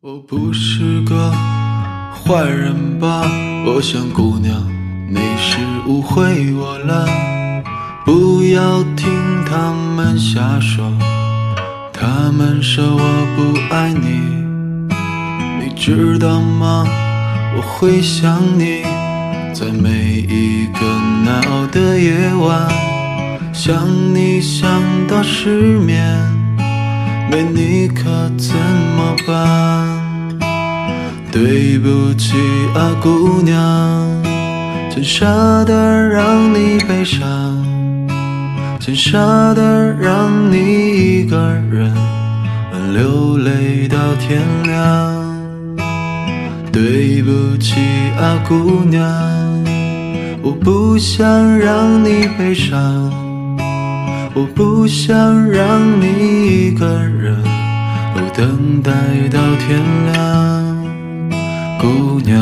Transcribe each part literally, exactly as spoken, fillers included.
我不是个坏人吧，我想姑娘你是误会我了，不要听他们瞎说，他们说我不爱你，你知道吗？我会想你，在每一个难熬的夜晚，想你想到失眠，没你可怎么办？对不起啊姑娘，真舍得让你悲伤，真舍得让你一个人流泪到天亮。对不起啊姑娘，我不想让你悲伤，我不想让你一个人等待到天亮。姑娘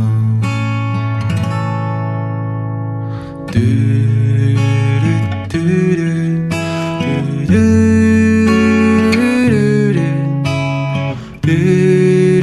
嘟嘟嘟嘟嘟嘟嘟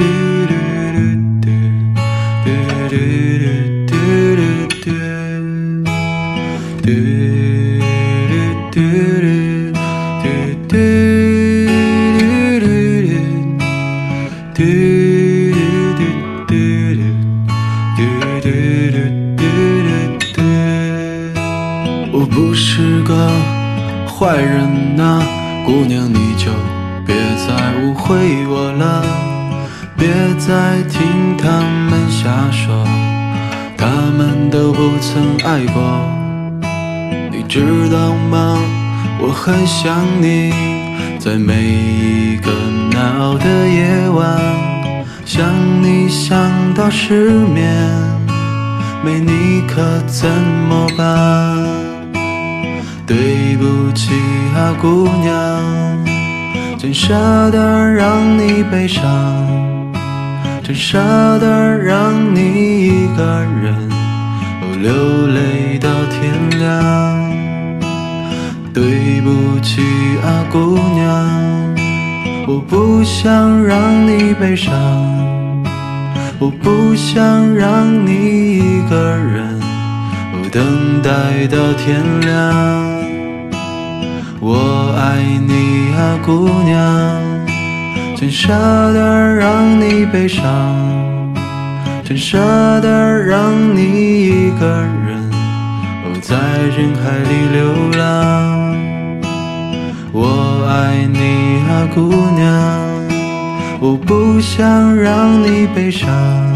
我不是个坏人啊，姑娘你就别再误会我了，别再听他们瞎说，他们都不曾爱过。你知道吗？我很想你，在每一个难熬的夜晚，想你想到失眠，没你可怎么办？对不起啊姑娘，真舍得让你悲伤，真舍得让你一个人流泪到天亮。对不起啊姑娘，我不想让你悲伤，我不想让你一个人等待到天亮。我爱你啊姑娘，真舍得让你悲伤，真舍得让你一个人在人海里流浪。我爱你啊姑娘，我不想让你悲伤，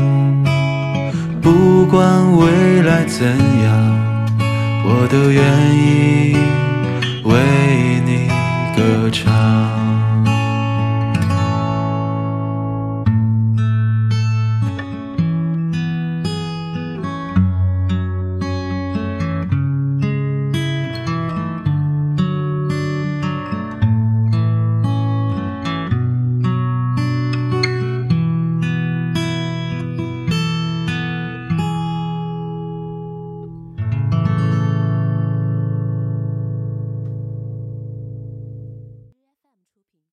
不管未来怎样，我都愿意为